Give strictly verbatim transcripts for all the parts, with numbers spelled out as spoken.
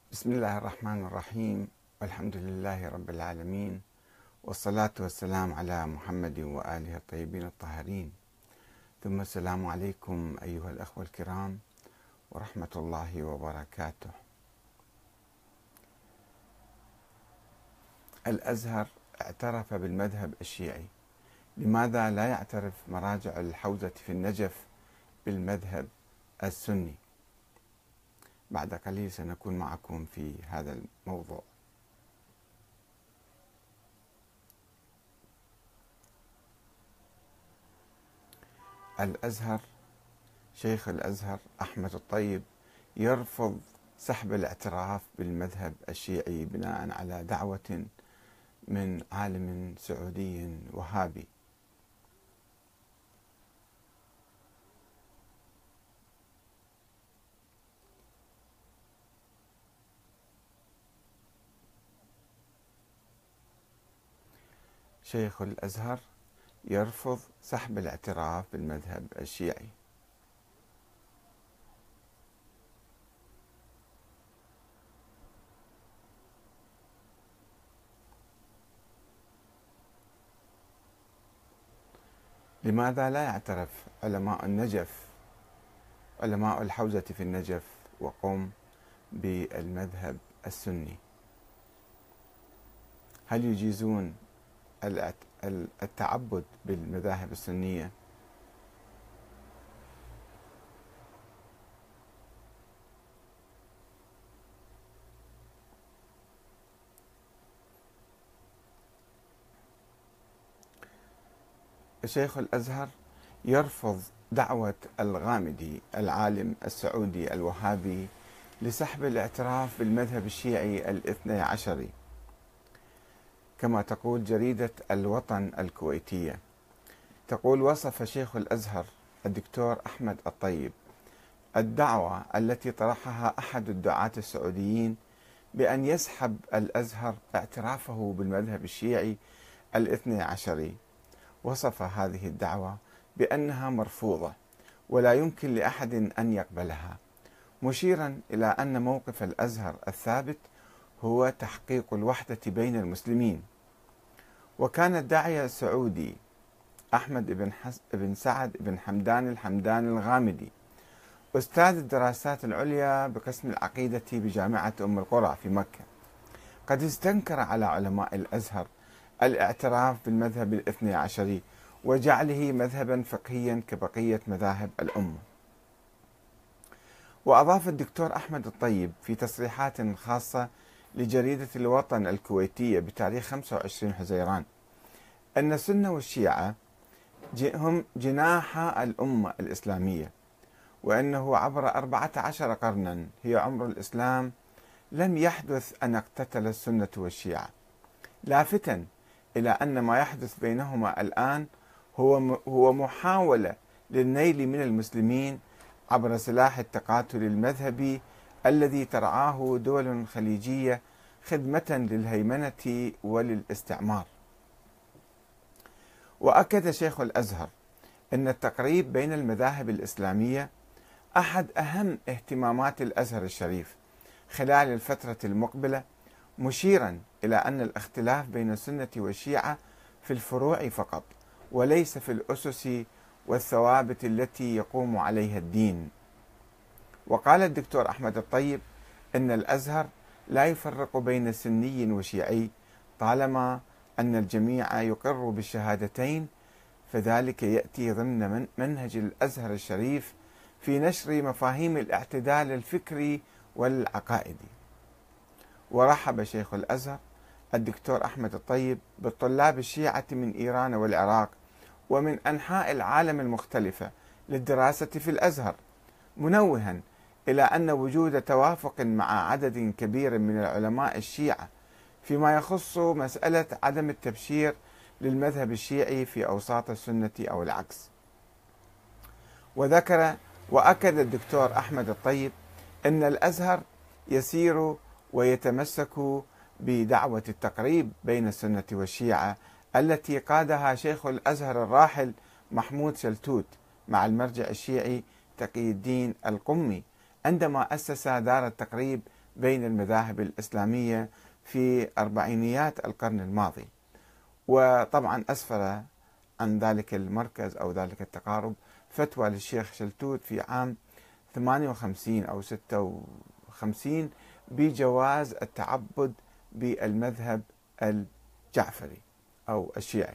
بسم الله الرحمن الرحيم، والحمد لله رب العالمين، والصلاة والسلام على محمد وآله الطيبين الطاهرين. ثم السلام عليكم أيها الأخوة الكرام ورحمة الله وبركاته. الأزهر اعترف بالمذهب الشيعي، لماذا لا يعترف مراجع الحوزة في النجف بالمذهب السني؟ بعد قليل سنكون معكم في هذا الموضوع. الأزهر، شيخ الأزهر أحمد الطيب يرفض سحب الاعتراف بالمذهب الشيعي بناء على دعوة من عالم سعودي وهابي. شيخ الأزهر يرفض سحب الاعتراف بالمذهب الشيعي. لماذا لا يعترف علماء النجف، علماء الحوزة في النجف وقم، بالمذهب السني؟ هل يجيزون التعبد بالمذاهب السنية؟ شيخ الأزهر يرفض دعوة الغامدي العالم السعودي الوهابي لسحب الاعتراف بالمذهب الشيعي الاثني عشري، كما تقول جريدة الوطن الكويتية. تقول: وصف شيخ الأزهر الدكتور أحمد الطيب الدعوة التي طرحها أحد الدعاة السعوديين بأن يسحب الأزهر اعترافه بالمذهب الشيعي الاثني عشري، وصف هذه الدعوة بأنها مرفوضة ولا يمكن لأحد أن يقبلها، مشيرا إلى أن موقف الأزهر الثابت هو تحقيق الوحدة بين المسلمين. وكان الداعية السعودي أحمد بن, حس... بن سعد بن حمدان الحمدان الغامدي أستاذ الدراسات العليا بقسم العقيدة بجامعة أم القرى في مكة قد استنكر على علماء الأزهر الاعتراف بالمذهب الاثني عشري وجعله مذهبا فقهيا كبقية مذاهب الأمة. وأضاف الدكتور أحمد الطيب في تصريحات خاصة لجريدة الوطن الكويتية بتاريخ خمسة وعشرين حزيران أن السنة والشيعة هم جناح الأمة الإسلامية، وأنه عبر أربعة عشر قرنا هي عمر الإسلام لم يحدث أن اقتتل السنة والشيعة، لافتا إلى أن ما يحدث بينهما الآن هو هو محاولة للنيل من المسلمين عبر سلاح التقاتل المذهبي الذي ترعاه دول خليجية خدمة للهيمنة وللاستعمار. وأكد شيخ الأزهر أن التقريب بين المذاهب الإسلامية أحد أهم اهتمامات الأزهر الشريف خلال الفترة المقبلة، مشيرا إلى أن الاختلاف بين السنة والشيعة في الفروع فقط وليس في الأسس والثوابت التي يقوم عليها الدين. وقال الدكتور أحمد الطيب أن الأزهر لا يفرق بين سني وشيعي طالما أن الجميع يقر بالشهادتين، فذلك يأتي ضمن منهج الأزهر الشريف في نشر مفاهيم الاعتدال الفكري والعقائدي. ورحب شيخ الأزهر الدكتور أحمد الطيب بالطلاب الشيعة من إيران والعراق ومن أنحاء العالم المختلفة للدراسة في الأزهر، منوها إلى أن وجود توافق مع عدد كبير من العلماء الشيعة فيما يخص مسألة عدم التبشير للمذهب الشيعي في أوساط السنة أو العكس. وذكر وأكد الدكتور أحمد الطيب أن الأزهر يسير ويتمسك بدعوة التقريب بين السنة والشيعة التي قادها شيخ الأزهر الراحل محمود شلتوت مع المرجع الشيعي تقي الدين القمي عندما أسس دار التقريب بين المذاهب الإسلامية في أربعينيات القرن الماضي. وطبعا أسفر عن ذلك المركز أو ذلك التقارب فتوى للشيخ شلتوت في عام ثمانية وخمسين أو ستة وخمسين بجواز التعبد بالمذهب الجعفري أو الشيعي.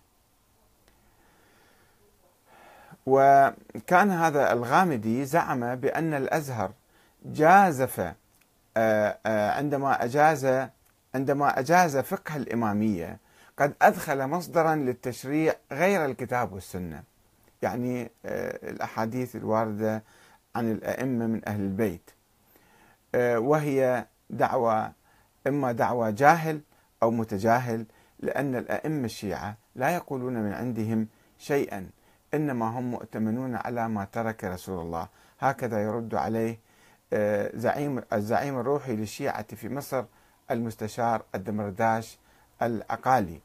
وكان هذا الغامدي زعم بأن الأزهر جازف عندما أجاز عندما أجاز فقه الإمامية قد أدخل مصدرا للتشريع غير الكتاب والسنة، يعني الأحاديث الواردة عن الأئمة من أهل البيت، وهي دعوة إما دعوة جاهل أو متجاهل، لأن الأئمة الشيعة لا يقولون من عندهم شيئا، إنما هم مؤتمنون على ما ترك رسول الله. هكذا يرد عليه زعيم الزعيم الروحي للشيعة في مصر المستشار الدمرداش العقالي.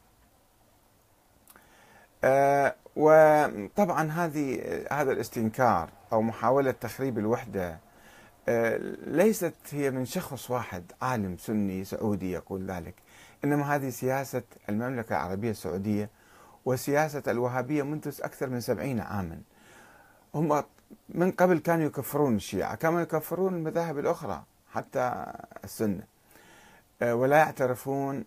وطبعا هذه هذا الاستنكار أو محاولة تخريب الوحدة ليست هي من شخص واحد عالم سني سعودي يقول ذلك، إنما هذه سياسة المملكة العربية السعودية وسياسة الوهابية منذ أكثر من سبعين عاما. هم من قبل كانوا يكفرون الشيعة كما يكفرون المذاهب الأخرى حتى السنة، ولا يعترفون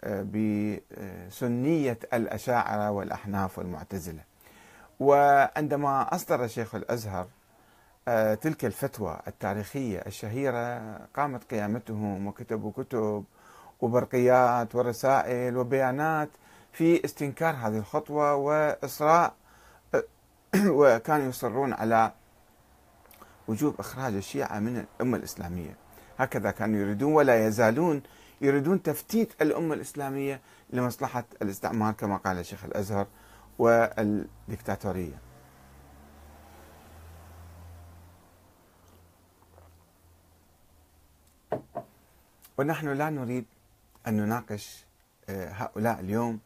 بسنية الأشاعرة والأحناف والمعتزلة. وعندما أصدر شيخ الأزهر تلك الفتوى التاريخية الشهيرة قامت قيامتهم وكتبوا كتب وبرقيات ورسائل وبيانات في استنكار هذه الخطوة وإصراء، وكانوا يصرون على وجوب إخراج الشيعة من الأمة الإسلامية. هكذا كانوا يريدون ولا يزالون يريدون تفتيت الأمة الإسلامية لمصلحة الاستعمار كما قال الشيخ الأزهر والديكتاتورية. ونحن لا نريد أن نناقش هؤلاء اليوم،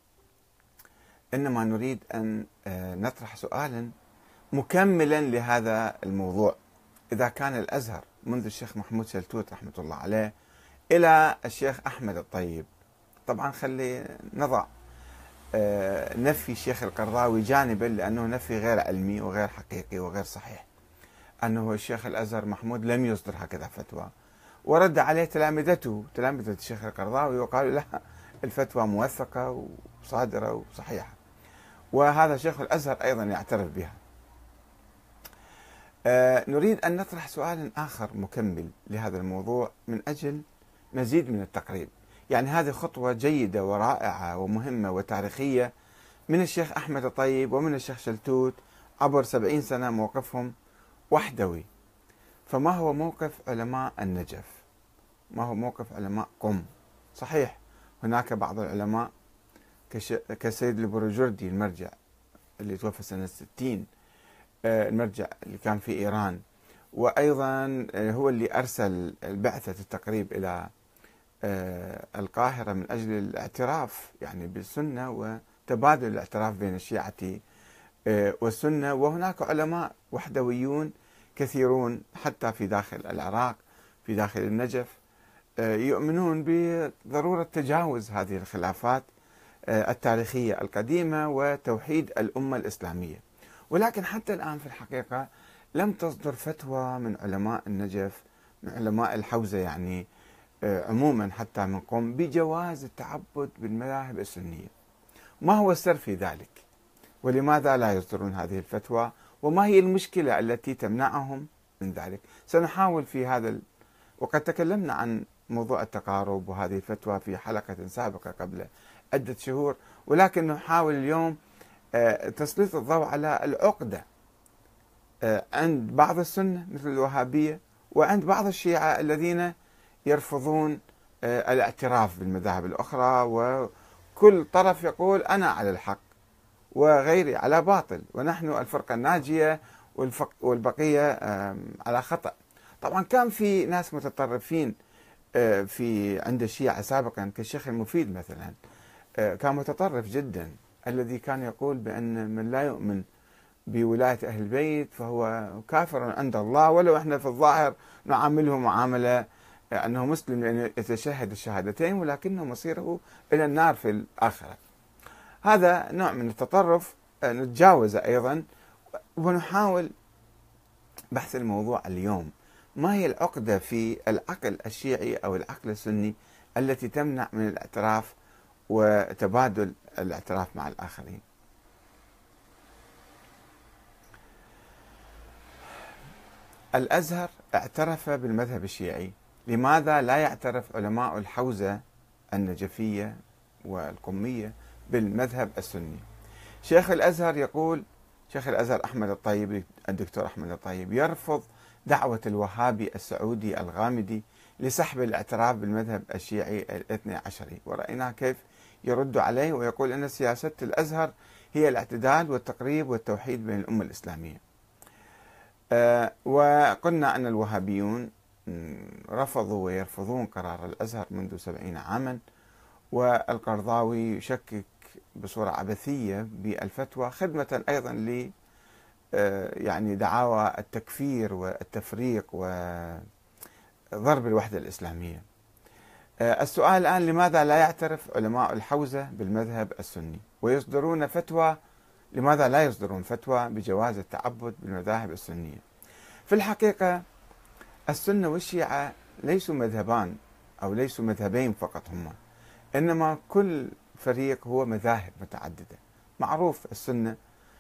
إنما نريد أن نطرح سؤالا مكملا لهذا الموضوع. إذا كان الأزهر منذ الشيخ محمود شلتوت رحمة الله عليه إلى الشيخ أحمد الطيب، طبعا خلي نضع نفي الشيخ القرضاوي جانبا لأنه نفي غير علمي وغير حقيقي وغير صحيح، أنه الشيخ الأزهر محمود لم يصدر هكذا فتوى، ورد عليه تلامذته تلامذة الشيخ القرضاوي وقالوا لا، الفتوى موثقة وصادرة وصحيحة، وهذا شيخ الأزهر أيضا يعترف بها. آه نريد أن نطرح سؤالا آخر مكمل لهذا الموضوع من أجل مزيد من التقريب. يعني هذه خطوة جيدة ورائعة ومهمة وتاريخية من الشيخ أحمد الطيب ومن الشيخ شلتوت عبر سبعين سنة موقفهم وحدوي. فما هو موقف علماء النجف؟ ما هو موقف علماء قم؟ صحيح هناك بعض العلماء كسيد البروجردي المرجع اللي توفى سنة ستين، المرجع اللي كان في إيران، وأيضا هو اللي أرسل بعثة التقريب إلى القاهرة من أجل الاعتراف يعني بالسنة وتبادل الاعتراف بين الشيعة والسنة. وهناك علماء وحدويون كثيرون حتى في داخل العراق في داخل النجف يؤمنون بضرورة تجاوز هذه الخلافات التاريخية القديمة وتوحيد الأمة الإسلامية. ولكن حتى الآن في الحقيقة لم تصدر فتوى من علماء النجف، من علماء الحوزة يعني عموما حتى من قم، بجواز التعبد بالمذاهب السنية. ما هو السر في ذلك؟ ولماذا لا يصدرون هذه الفتوى؟ وما هي المشكلة التي تمنعهم من ذلك؟ سنحاول في هذا ال... وقد تكلمنا عن موضوع التقارب وهذه الفتوى في حلقة سابقة قبل عدة شهور، ولكن نحاول اليوم تسليط الضوء على العقدة عند بعض السنة مثل الوهابية وعند بعض الشيعة الذين يرفضون الاعتراف بالمذاهب الأخرى، وكل طرف يقول أنا على الحق وغيري على باطل ونحن الفرقة الناجية والبقية على خطأ. طبعا كان في ناس متطرفين في عند الشيعة سابقا كالشيخ المفيد مثلا، كان متطرف جدا، الذي كان يقول بأن من لا يؤمن بولاية أهل البيت فهو كافر عند الله، ولو احنا في الظاهر نعامله معاملة أنه مسلم لأنه يتشهد الشهادتين، ولكنه مصيره إلى النار في الآخرة. هذا نوع من التطرف نتجاوزه أيضا، ونحاول بحث الموضوع اليوم. ما هي العقدة في العقل الشيعي أو العقل السني التي تمنع من الاعتراف وتبادل الاعتراف مع الآخرين؟ الأزهر اعترف بالمذهب الشيعي، لماذا لا يعترف علماء الحوزة النجفية والقمية بالمذهب السني؟ شيخ الأزهر يقول، شيخ الأزهر أحمد الطيب، الدكتور أحمد الطيب، يرفض دعوة الوهابي السعودي الغامدي لسحب الاعتراف بالمذهب الشيعي الاثني عشري، ورأينا كيف يرد عليه ويقول أن سياسة الأزهر هي الاعتدال والتقريب والتوحيد بين الأمة الإسلامية. أه وقلنا أن الوهابيون رفضوا ويرفضون قرار الأزهر منذ سبعين عاما، والقرضاوي يشكك بصورة عبثية بالفتوى خدمة أيضا ل يعني دعاوى التكفير والتفريق وضرب الوحدة الإسلامية. السؤال الآن، لماذا لا يعترف علماء الحوزة بالمذهب السني ويصدرون فتوى؟ لماذا لا يصدرون فتوى بجواز التعبد بالمذاهب السنية؟ في الحقيقة السنة والشيعة ليسوا مذهبان أو ليسوا مذهبين فقط هما، إنما كل فريق هو مذاهب متعددة. معروف السنة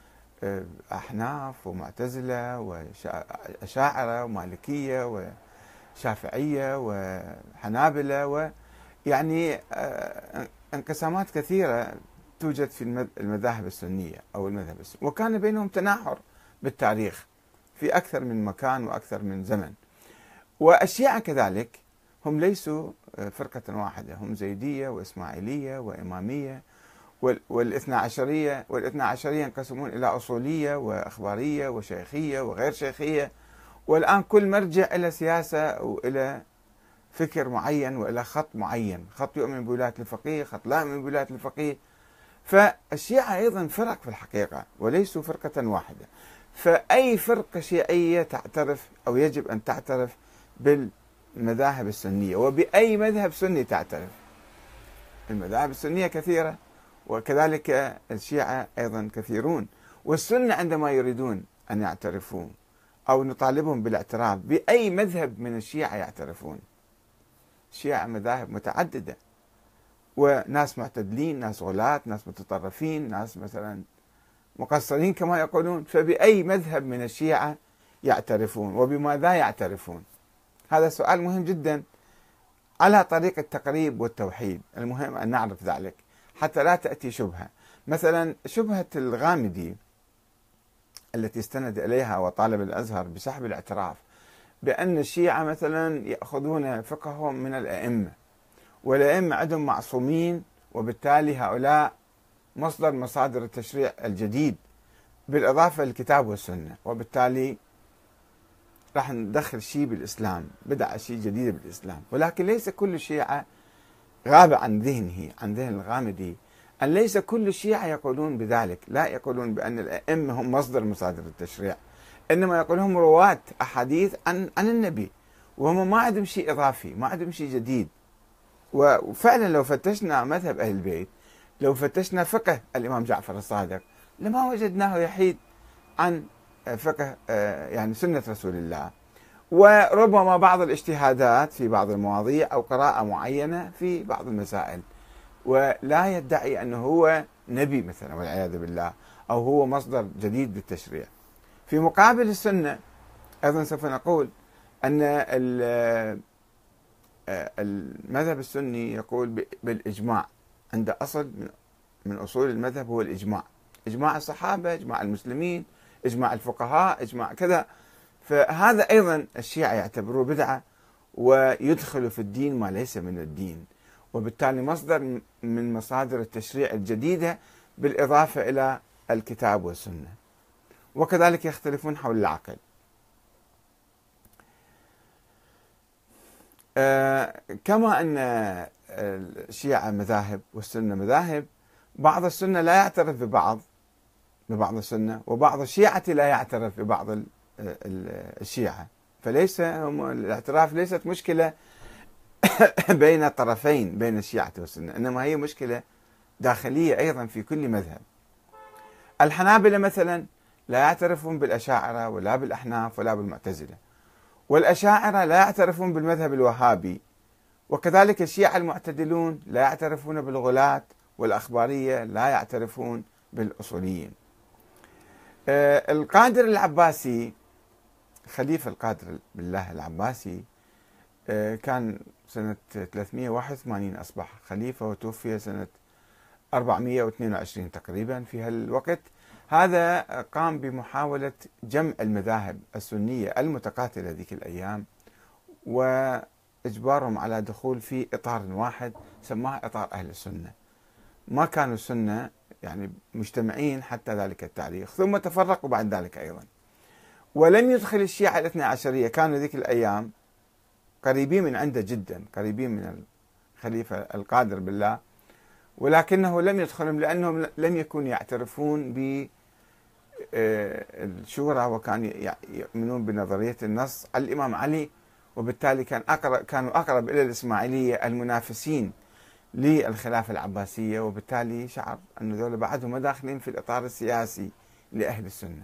أحناف ومعتزلة وأشاعرة ومالكية وشافعية وحنابلة، ويعني انقسامات كثيرة توجد في المذاهب السنية أو المذهب السني، وكان بينهم تناحر بالتاريخ في أكثر من مكان وأكثر من زمن. والشيعة كذلك هم ليسوا فرقة واحدة، هم زيدية وإسماعيلية وإمامية، والاثنى عشرية والاثنى عشرية ينقسمون إلى أصولية وأخبارية وشيخية وغير شيخية، والآن كل مرجع إلى سياسة وإلى فكر معين وإلى خط معين، خط يؤمن بولاية الفقيه، خط لا يؤمن بولاية الفقيه. فالشيعة أيضا فرق في الحقيقة وليسوا فرقة واحدة، فأي فرقة شيعية تعترف أو يجب أن تعترف بالمذاهب السنية، وبأي مذهب سني تعترف. المذاهب السنية كثيرة وكذلك الشيعة أيضا كثيرون، والسنة عندما يريدون أن يعترفوا أو نطالبهم بالاعتراف بأي مذهب من الشيعة يعترفون. الشيعة مذاهب متعددة، وناس معتدلين، ناس غلاة، ناس متطرفين، ناس مثلا مقصرين كما يقولون، فبأي مذهب من الشيعة يعترفون وبماذا يعترفون؟ هذا سؤال مهم جدا على طريق التقريب والتوحيد. المهم أن نعرف ذلك حتى لا تأتي شبهة، مثلا شبهة الغامدي التي استند إليها وطالب الأزهر بسحب الاعتراف بأن الشيعة مثلا يأخذون فقههم من الأئمة، والأئمة عندهم معصومين، وبالتالي هؤلاء مصدر مصادر التشريع الجديد بالإضافة للكتاب والسنة، وبالتالي راح ندخل شيء بالإسلام، بدع شيء جديد بالإسلام. ولكن ليس كل الشيعة، غاب عن ذهنه، عن ذهن الغامدي، أن ليس كل الشيعة يقولون بذلك، لا يقولون بأن الأئمة هم مصدر مصادر التشريع، إنما يقولون هم رواة أحاديث عن عن النبي، وهم ما عندهم شيء إضافي، ما عندهم شيء جديد. وفعلا لو فتشنا مذهب أهل البيت، لو فتشنا فقه الإمام جعفر الصادق، لما وجدناه يحيد عن فقه يعني سنة رسول الله، وربما بعض الاجتهادات في بعض المواضيع أو قراءة معينة في بعض المسائل، ولا يدعي أنه هو نبي مثلا والعياذ بالله، أو هو مصدر جديد للتشريع. في مقابل السنة أيضا سوف نقول أن المذهب السني يقول بالإجماع، عند أصل من أصول المذهب هو الإجماع، إجماع الصحابة، إجماع المسلمين، إجماع الفقهاء، إجماع كذا. فهذا أيضا الشيعة يعتبروه بدعة ويدخل في الدين ما ليس من الدين، وبالتالي مصدر من مصادر التشريع الجديدة بالإضافة إلى الكتاب والسنة. وكذلك يختلفون حول العقل. آه كما أن الشيعة مذاهب والسنة مذاهب، بعض السنة لا يعترف ببعض ببعض السنة، وبعض الشيعة لا يعترف ببعض الشيعة، فليس الاعتراف ليست مشكلة بين طرفين بين الشيعة والسنة، إنما هي مشكلة داخلية أيضا في كل مذهب. الحنابلة مثلا لا يعترفون بالأشاعرة ولا بالأحناف ولا بالمعتزلة، والأشاعرة لا يعترفون بالمذهب الوهابي، وكذلك الشيعة المعتدلون لا يعترفون بالغلاة، والأخبارية لا يعترفون بالأصوليين. القادر العباسي، خليفة القادر بالله العباسي، كان سنة ثلاثمئة وواحد وثمانين أصبح خليفة، وتوفي سنة أربعمئة واثنين وعشرين تقريبا. في هالوقت هذا قام بمحاولة جمع المذاهب السنية المتقاتلة ذيك الأيام وإجبارهم على دخول في إطار واحد سماه إطار أهل السنة. ما كانوا السنة يعني مجتمعين حتى ذلك التاريخ، ثم تفرقوا بعد ذلك أيضا. ولم يدخل الشيعة الاثنى عشرية، كانوا ذيك الأيام قريبين من عنده جدا، قريبين من الخليفة القادر بالله، ولكنه لم يدخلهم لأنهم لم يكونوا يعترفون بالشورى، وكانوا يؤمنون بنظرية النص على الإمام علي، وبالتالي كان أقرب كانوا أقرب إلى الإسماعيلية المنافسين للخلافة العباسية، وبالتالي شعر أن ذولا بعدهم داخلين في الإطار السياسي لأهل السنة.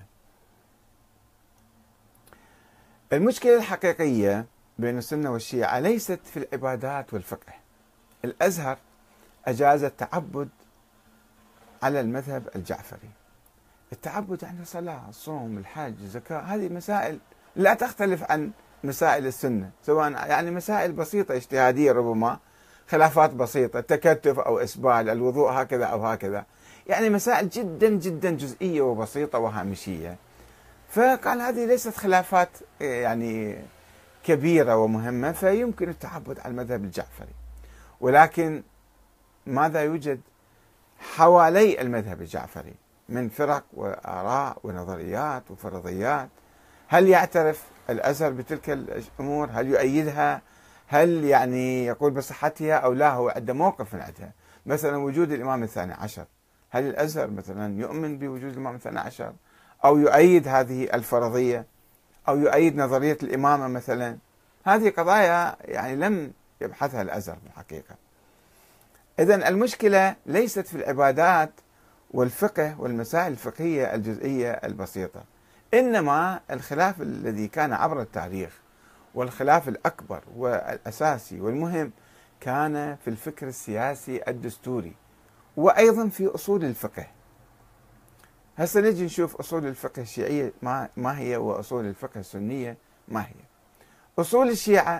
المشكلة الحقيقية بين السنة والشيعة ليست في العبادات والفقه. الأزهر أجاز التعبد على المذهب الجعفري. التعبد يعني صلاة، صوم، الحج، الزكاة، هذه مسائل لا تختلف عن مسائل السنة، سواء يعني مسائل بسيطة اجتهادية، ربما خلافات بسيطة، تكتف أو إسبال، الوضوء هكذا أو هكذا، يعني مسائل جدا جدا جزئية وبسيطة وهامشية. فقال هذه ليست خلافات يعني كبيرة ومهمة، فيمكن التعبد على المذهب الجعفري. ولكن ماذا يوجد حوالي المذهب الجعفري من فرق وآراء ونظريات وفرضيات؟ هل يعترف الأزهر بتلك الأمور؟ هل يؤيدها؟ هل يعني يقول بصحتها أو لا؟ هو عنده موقف من عندها. مثلا وجود الإمام الثاني عشر، هل الأزهر مثلا يؤمن بوجود الإمام الثاني عشر أو يؤيد هذه الفرضية أو يؤيد نظرية الإمامة مثلا؟ هذه قضايا يعني لم يبحثها الأزهر في الحقيقة. إذن المشكلة ليست في العبادات والفقه والمسائل الفقهية الجزئية البسيطة، إنما الخلاف الذي كان عبر التاريخ والخلاف الأكبر والأساسي والمهم كان في الفكر السياسي الدستوري، وأيضا في أصول الفقه. هسه نجي نشوف أصول الفقه الشيعية ما, ما هي، وأصول الفقه السنية ما هي. أصول الشيعة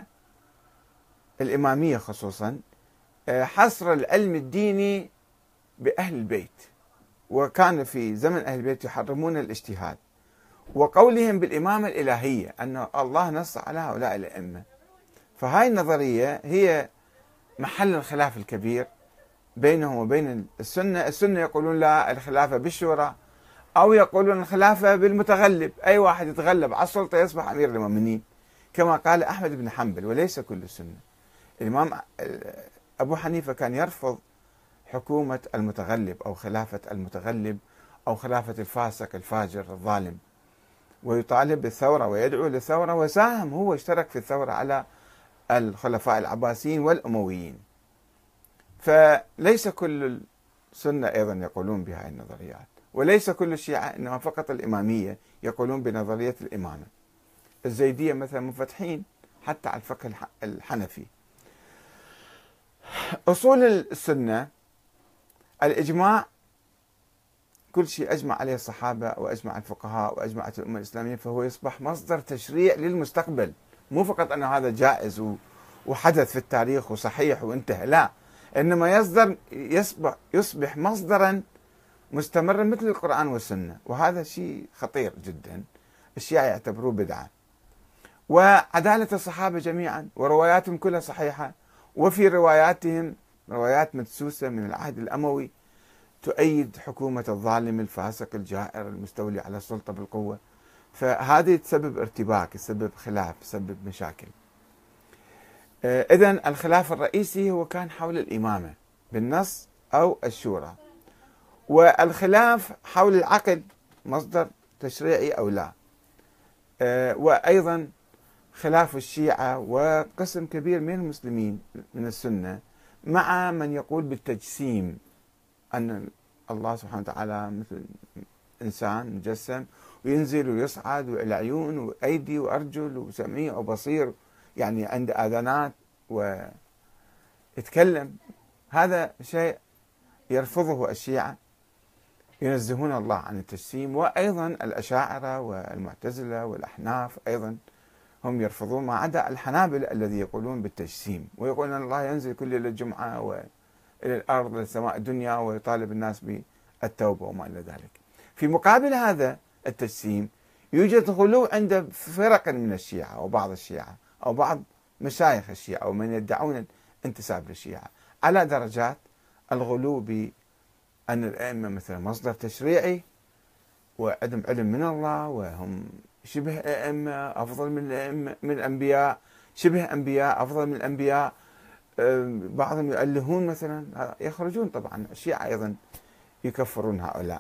الإمامية خصوصا حصر العلم الديني بأهل البيت، وكان في زمن أهل البيت يحرمون الاجتهاد، وقولهم بالإمامة الإلهية أن الله نص على هؤلاء الأئمة. فهاي النظرية هي محل الخلاف الكبير بينهم وبين السنة. السنة يقولون لا، الخلافة بالشورى، أو يقولون الخلافة بالمتغلب، أي واحد يتغلب على السلطة يصبح أمير المؤمنين، كما قال أحمد بن حنبل، وليس كل السنة. الإمام أبو حنيفة كان يرفض حكومة المتغلب أو خلافة المتغلب أو خلافة الفاسق الفاجر الظالم، ويطالب بالثورة ويدعو للثورة، وساهم هو اشترك في الثورة على الخلفاء العباسيين والأمويين. فليس كل السنة أيضا يقولون بهذه النظريات، وليس كل الشيعة، إنما فقط الإمامية يقولون بنظرية الإمامة. الزيدية مثلا منفتحين حتى على الفقه الحنفي. أصول السنة الإجماع، كل شيء أجمع عليه الصحابة وأجمع الفقهاء وأجمعت الأمة الإسلامية فهو يصبح مصدر تشريع للمستقبل، مو فقط أن هذا جائز وحدث في التاريخ وصحيح وانتهى، لا، إنما يصدر يصبح يصبح مصدرا مستمرا مثل القرآن والسنة، وهذا شيء خطير جدا. الشيعة يعتبروه بدعة. وعدالة الصحابة جميعا ورواياتهم كلها صحيحة، وفي رواياتهم روايات مدسوسة من العهد الأموي تؤيد حكومة الظالم الفاسق الجائر المستولي على السلطة بالقوة. فهذه تسبب ارتباك، تسبب خلاف، تسبب مشاكل. إذن الخلاف الرئيسي هو كان حول الإمامة بالنص أو الشورى، والخلاف حول العقل مصدر تشريعي أو لا، وأيضا خلاف الشيعة وقسم كبير من المسلمين من السنة مع من يقول بالتجسيم، أن الله سبحانه وتعالى مثل إنسان مجسم وينزل ويصعد وإلى عيون وأيدي وأرجل وسميع وبصير، يعني عنده آذانات ويتكلم. هذا شيء يرفضه الشيعة، ينزهون الله عن التجسيم. وأيضا الأشاعرة والمعتزلة والأحناف أيضا هم يرفضون، ما عدا الحنابلة الذي يقولون بالتجسيم، ويقولون أن الله ينزل كل ليلة الجمعة وإلى الأرض للسماء الدنيا ويطالب الناس بالتوبة وما إلى ذلك. في مقابل هذا التجسيم يوجد غلو عند فرق من الشيعة أو بعض الشيعة أو بعض مشايخ الشيعة أو من يدعون الانتساب للشيعة على درجات الغلو بأن الأئمة مثلا مصدر تشريعي وعندهم علم من الله وهم شبه أئمة أفضل من الأئمة من الأنبياء، شبه أنبياء أفضل من الأنبياء. بعضهم يؤلهون مثلا، يخرجون طبعا الشيعة أيضا يكفرون هؤلاء.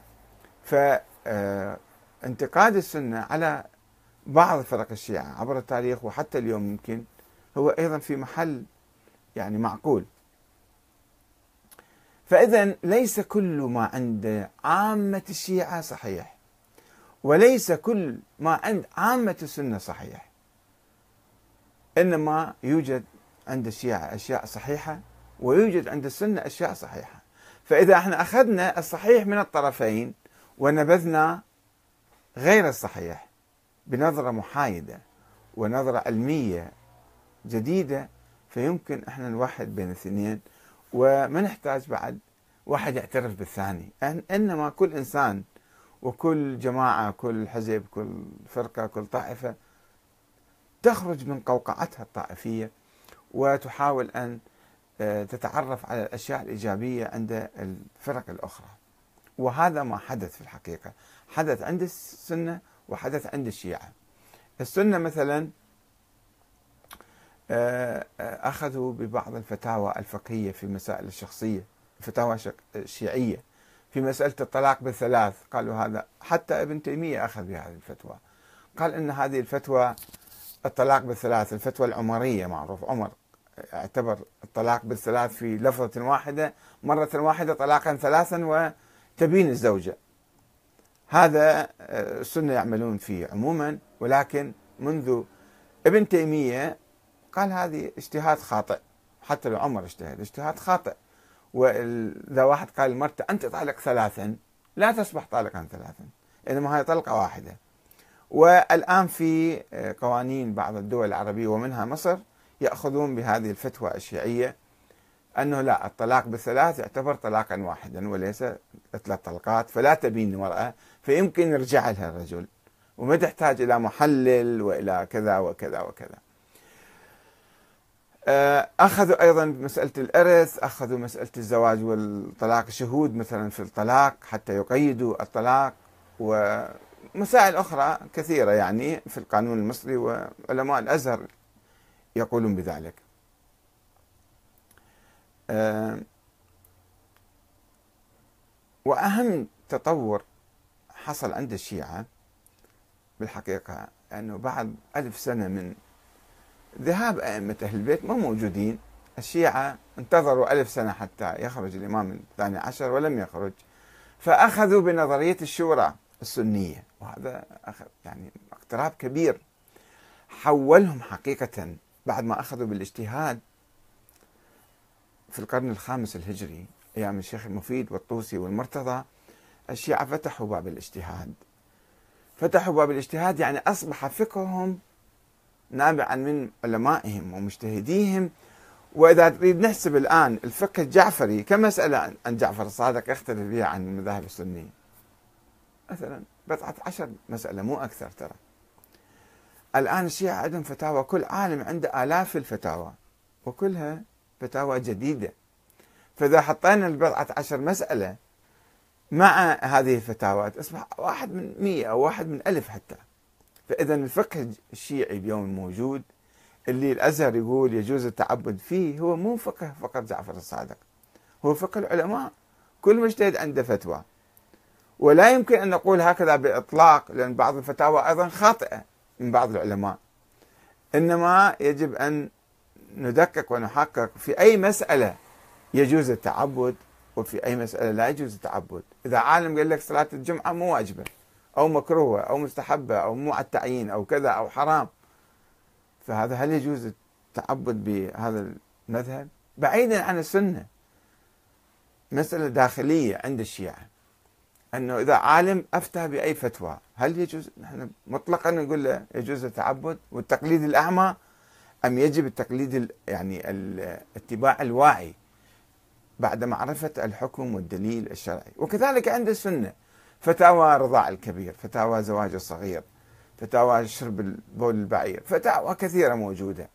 فانتقاد السنة على بعض فرق الشيعة عبر التاريخ وحتى اليوم يمكن هو أيضا في محل يعني معقول. فإذا ليس كل ما عند عامة الشيعة صحيح، وليس كل ما عند عامة السنة صحيح، إنما يوجد عند الشيعة أشياء صحيحة ويوجد عند السنة أشياء صحيحة. فإذا احنا أخذنا الصحيح من الطرفين ونبذنا غير الصحيح بنظرة محايدة ونظرة علمية جديدة، فيمكن احنا نوحد بين الاثنين وما نحتاج بعد واحد يعترف بالثاني. إنما كل إنسان وكل جماعة كل حزب كل فرقة كل طائفة تخرج من قوقعتها الطائفية وتحاول أن تتعرف على الأشياء الإيجابية عند الفرق الأخرى. وهذا ما حدث في الحقيقة، حدث عند السنة وحدث عند الشيعة. السنة مثلا أخذوا ببعض الفتاوى الفقهية في مسائل الشخصية، الفتاوى الشيعية في مسألة الطلاق بالثلاث، قالوا هذا. حتى ابن تيمية أخذ بهذه الفتوى، قال إن هذه الفتوى الطلاق بالثلاث الفتوى العمرية، معروف عمر اعتبر الطلاق بالثلاث في لفظة واحدة مرة واحدة طلاقا ثلاثا وتبين الزوجة. هذا السنة يعملون فيه عموما، ولكن منذ ابن تيمية قال هذه اجتهاد خاطئ. حتى لو عمر اجتهد اجتهاد خاطئ. وإذا واحد قال لمرته أنت طالق ثلاثا، لا تصبح طالقا ثلاثا، إنما هي طلقة واحدة. والآن في قوانين بعض الدول العربية ومنها مصر يأخذون بهذه الفتوى الشيعية أنه لا، الطلاق بالثلاث يعتبر طلاقا واحدا وليس ثلاث طلقات، فلا تبين المرأة، فيمكن يرجع لها الرجل وما تحتاج إلى محلل وإلى كذا وكذا وكذا. أخذوا أيضا مسألة الإرث، أخذوا مسألة الزواج والطلاق، شهود مثلا في الطلاق حتى يقيدوا الطلاق، ومسائل أخرى كثيرة يعني في القانون المصري، وعلماء الأزهر يقولون بذلك. وأهم تطور حصل عند الشيعة بالحقيقة أنه بعد ألف سنة من ذهاب أئمة أهل البيت ما موجودين، الشيعة انتظروا ألف سنة حتى يخرج الإمام الثاني عشر ولم يخرج، فأخذوا بنظرية الشورى السنية، وهذا أخذ يعني اقتراب كبير حولهم حقيقة. بعد ما أخذوا بالاجتهاد في القرن الخامس الهجري أيام الشيخ المفيد والطوسي والمرتضى، الشيعة فتحوا باب الاجتهاد، فتحوا باب الاجتهاد يعني أصبح فقههم نابعا من علمائهم ومجتهديهم. وإذا تريد نحسب الآن الفقه الجعفري كمسألة عن جعفر الصادق يختلف بها عن المذاهب السنية مثلا بضعة عشر مسألة مو أكثر. ترى الآن الشيعة عندهم فتاوى، كل عالم عنده آلاف الفتاوى وكلها فتاوى جديدة. فإذا حطينا البضعة عشر مسألة مع هذه الفتاوى أصبح واحد من مئة أو واحد من ألف حتى. فإذا الفقه الشيعي اليوم موجود اللي الأزهر يقول يجوز التعبد فيه هو مو فقه فقط جعفر الصادق، هو فقه العلماء، كل مجتهد عنده فتوى. ولا يمكن أن نقول هكذا بإطلاق، لأن بعض الفتاوى أيضا خاطئة من بعض العلماء، إنما يجب أن ندقق ونحقق في أي مسألة يجوز التعبد وفي أي مسألة لا يجوز التعبد. إذا عالم قال لك صلاة الجمعة مو واجبة أو مكروهة أو مستحبة أو مو على التعيين أو كذا أو حرام، فهذا هل يجوز التعبد بهذا المذهب؟ بعيدا عن السنة، مسألة داخلية عند الشيعة، أنه إذا عالم أفتى بأي فتوى هل يجوز نحن مطلقا نقول له يجوز التعبد والتقليد الأعمى، أم يجب التقليد يعني الاتباع الواعي بعد معرفة الحكم والدليل الشرعي؟ وكذلك عند السنة، فتاوى رضاع الكبير، فتاوى زواج الصغير، فتاوى شرب البول البعير، فتاوى كثيرة موجودة.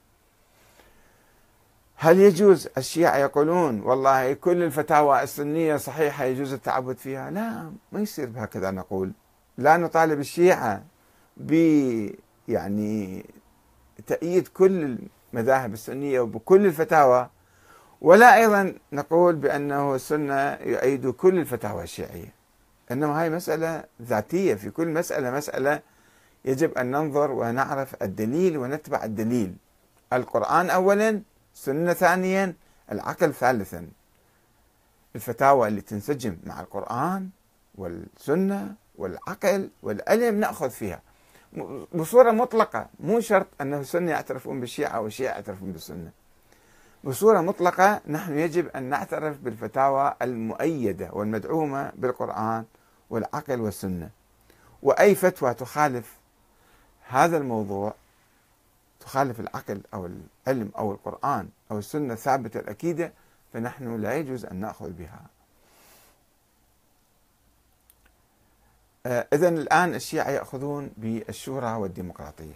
هل يجوز؟ الشيعة يقولون والله كل الفتاوى السنية صحيحة يجوز التعبد فيها. لا، ما يصير بهكذا نقول. لا نطالب الشيعة ب يعني تأييد كل المذاهب السنية وبكل الفتاوى، ولا أيضا نقول بأنه السنة يؤيد كل الفتاوى الشيعية. إنما هاي مسألة ذاتية، في كل مسألة مسألة يجب أن ننظر ونعرف الدليل ونتبع الدليل. القرآن أولا، السنة ثانيا، العقل ثالثا. الفتاوى اللي تنسجم مع القرآن والسنة والعقل والعلم نأخذ فيها بصورة مطلقة. مو شرط أنه السنة يعترفون بالشيعة والشيعة يعترفون بالسنة. بصورة مطلقة نحن يجب أن نعترف بالفتاوى المؤيدة والمدعومة بالقرآن والعقل والسنة، وأي فتوى تخالف هذا الموضوع، تخالف العقل أو العلم أو القرآن أو السنة الثابتة الأكيدة، فنحن لا يجوز أن نأخذ بها. إذن الآن الشيعة يأخذون بالشورى والديمقراطية،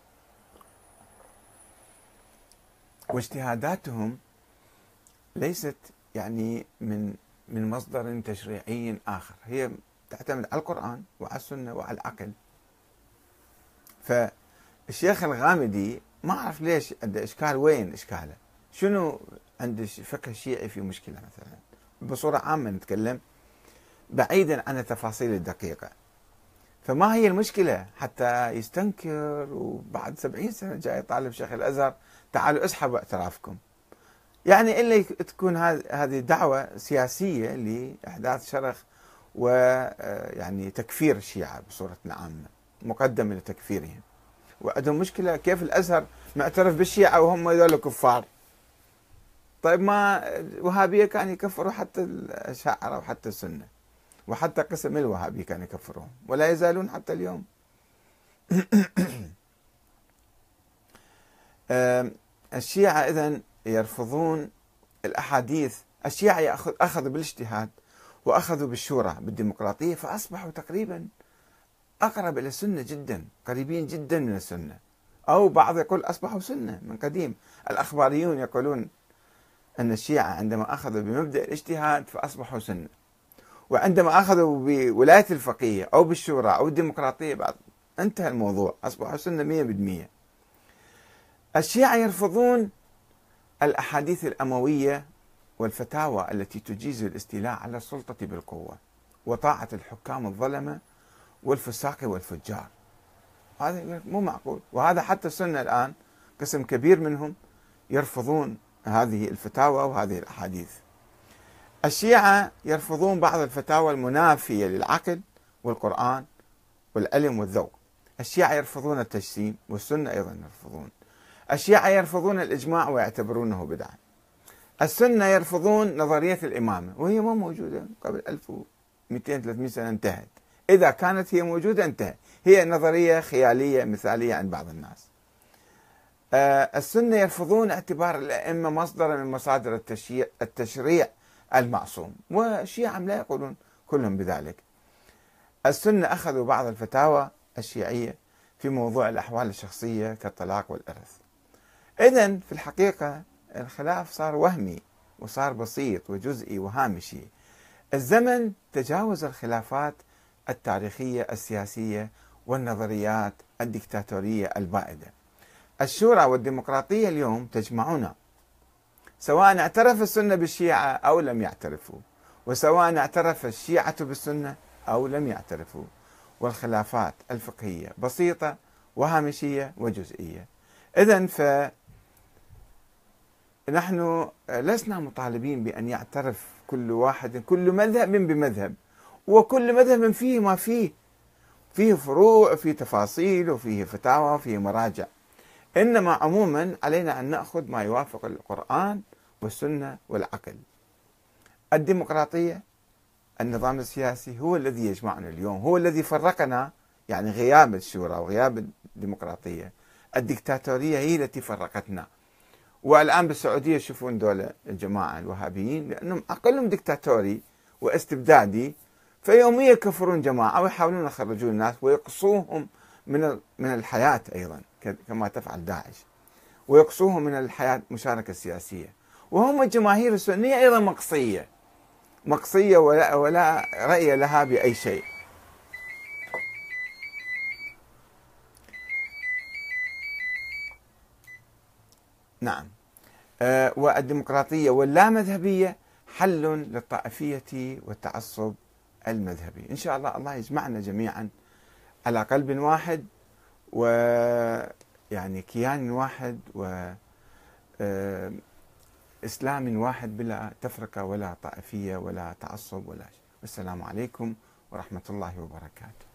واجتهاداتهم ليست يعني من من مصدر تشريعي آخر، هي تعتمد على القرآن وعلى السنة وعلى العقل. فالشيخ الغامدي ما أعرف ليش عنده إشكال. وين إشكاله؟ شنو عند الفقه الشيعي في مشكلة مثلا؟ بصورة عامة نتكلم بعيدا عن التفاصيل الدقيقة. فما هي المشكلة حتى يستنكر وبعد سبعين سنة جاي يطالب شيخ الأزهر تعالوا اسحبوا اعترافكم؟ يعني إلا تكون هذه دعوة سياسية لإحداث شرخ ويعني تكفير الشيعة بصورة عامة، مقدمة لتكفيرهم. وعندهم مشكلة كيف الأزهر معترف بالشيعة وهم هذول كفار. طيب ما الوهابية كانوا يكفروا حتى الأشاعرة وحتى السنة وحتى قسم الوهابية كانوا يكفرون ولا يزالون حتى اليوم. الشيعة إذن يرفضون الأحاديث. الشيعة يأخذ أخذوا بالاجتهاد وأخذوا بالشورى بالديمقراطية، فأصبحوا تقريبا أقرب إلى السنة جدا، قريبين جدا من السنة، أو بعض يقول أصبحوا سنة من قديم. الأخباريون يقولون أن الشيعة عندما أخذوا بمبدأ الاجتهاد فأصبحوا سنة، وعندما أخذوا بولاية الفقيه أو بالشورى أو الديمقراطية بعد انتهى الموضوع، أصبحوا سنة مئة بالمئة. الشيعة يرفضون الأحاديث الأموية والفتاوى التي تجيز الاستيلاء على السلطة بالقوة وطاعة الحكام الظلمة والفساق والفجار. هذا مو معقول. وهذا حتى السنة الآن قسم كبير منهم يرفضون هذه الفتاوى وهذه الأحاديث. الشيعة يرفضون بعض الفتاوى المنافية للعقل والقرآن والعلم والذوق. الشيعة يرفضون التجسيم، والسنة أيضا يرفضون. الشيعة يرفضون الإجماع ويعتبرونه بدعة. السنة يرفضون نظرية الإمامة، وهي ما موجودة قبل ألف ومئتين ثلاثمئة سنة، انتهت. إذا كانت هي موجودة انتهت، هي نظرية خيالية مثالية عند بعض الناس. السنة يرفضون اعتبار الأئمة مصدرا من مصادر التشريع, التشريع المعصوم، والشيعة لا يقولون كلهم بذلك. السنة أخذوا بعض الفتاوى الشيعية في موضوع الأحوال الشخصية كالطلاق والإرث. إذن في الحقيقة الخلاف صار وهمي وصار بسيط وجزئي وهامشي. الزمن تجاوز الخلافات التاريخية السياسية والنظريات الدكتاتورية البائدة. الشورى والديمقراطية اليوم تجمعنا، سواء اعترف السنة بالشيعة أو لم يعترفوا، وسواء اعترف الشيعة بالسنة أو لم يعترفوا. والخلافات الفقهية بسيطة وهامشية وجزئية. إذن فنحن لسنا مطالبين بأن يعترف كل واحد كل مذهب بمذهب، وكل مذهب فيه ما فيه، فيه فروع، فيه تفاصيل، وفيه فتاوى، وفيه مراجع. إنما عموما علينا أن نأخذ ما يوافق القرآن والسنة والعقل. الديمقراطية، النظام السياسي، هو الذي يجمعنا اليوم، هو الذي فرقنا، يعني غياب الشورى وغياب الديمقراطية. الدكتاتورية هي التي فرقتنا. والآن بالسعودية يشوفون دولة الجماعة الوهابيين لأنهم عقلهم دكتاتوري واستبدادي، فيوميا يكفرون جماعة ويحاولون يخرجون الناس ويقصوهم من من الحياة أيضا كما تفعل داعش، ويقصوهم من الحياة مشاركة سياسية. وهم الجماهير السنية أيضا مقصية مقصية ولا, ولا رأي لها بأي شيء. نعم. أه والديمقراطية واللامذهبية حل للطائفية والتعصب المذهبي. إن شاء الله الله يجمعنا جميعا على قلب واحد ويعني كيان واحد وإسلام واحد بلا تفرقة ولا طائفية ولا تعصب ولا شيء. والسلام عليكم ورحمة الله وبركاته.